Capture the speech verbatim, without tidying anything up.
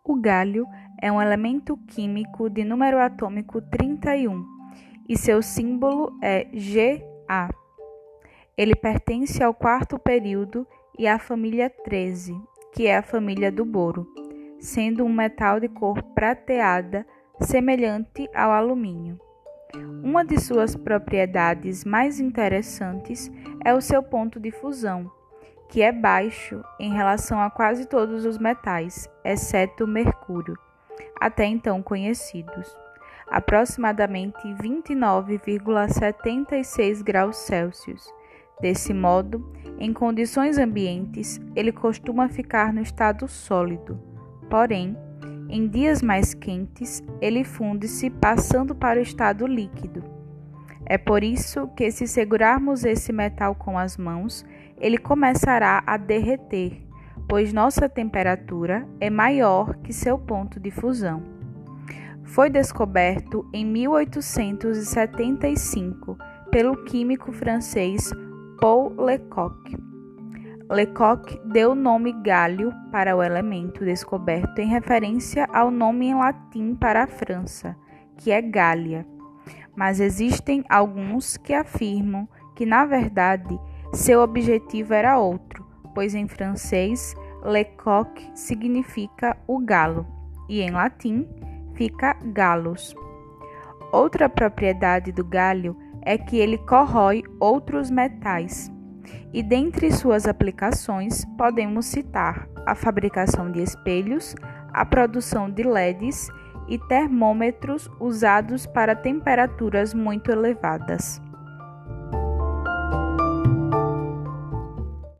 O gálio é um elemento químico de número atômico trinta e um e seu símbolo é G A. Ele pertence ao quarto período e à família treze, que é a família do boro, sendo um metal de cor prateada semelhante ao alumínio. Uma de suas propriedades mais interessantes é o seu ponto de fusão, que é baixo em relação a quase todos os metais, exceto o mercúrio, até então conhecidos, aproximadamente vinte e nove vírgula setenta e seis graus Celsius. Desse modo, em condições ambientes, ele costuma ficar no estado sólido, porém, em dias mais quentes, ele funde-se passando para o estado líquido. É por isso que, se segurarmos esse metal com as mãos, ele começará a derreter, pois nossa temperatura é maior que seu ponto de fusão. Foi descoberto em mil oitocentos e setenta e cinco pelo químico francês Paul Lecoq. Lecoq deu o nome gálio para o elemento descoberto em referência ao nome em latim para a França, que é Gália. Mas existem alguns que afirmam que, na verdade, seu objetivo era outro, pois em francês, Lecoq significa o galo, e em latim fica galos. Outra propriedade do gálio é que ele corrói outros metais, e dentre suas aplicações podemos citar a fabricação de espelhos, a produção de L E Ds e termômetros usados para temperaturas muito elevadas.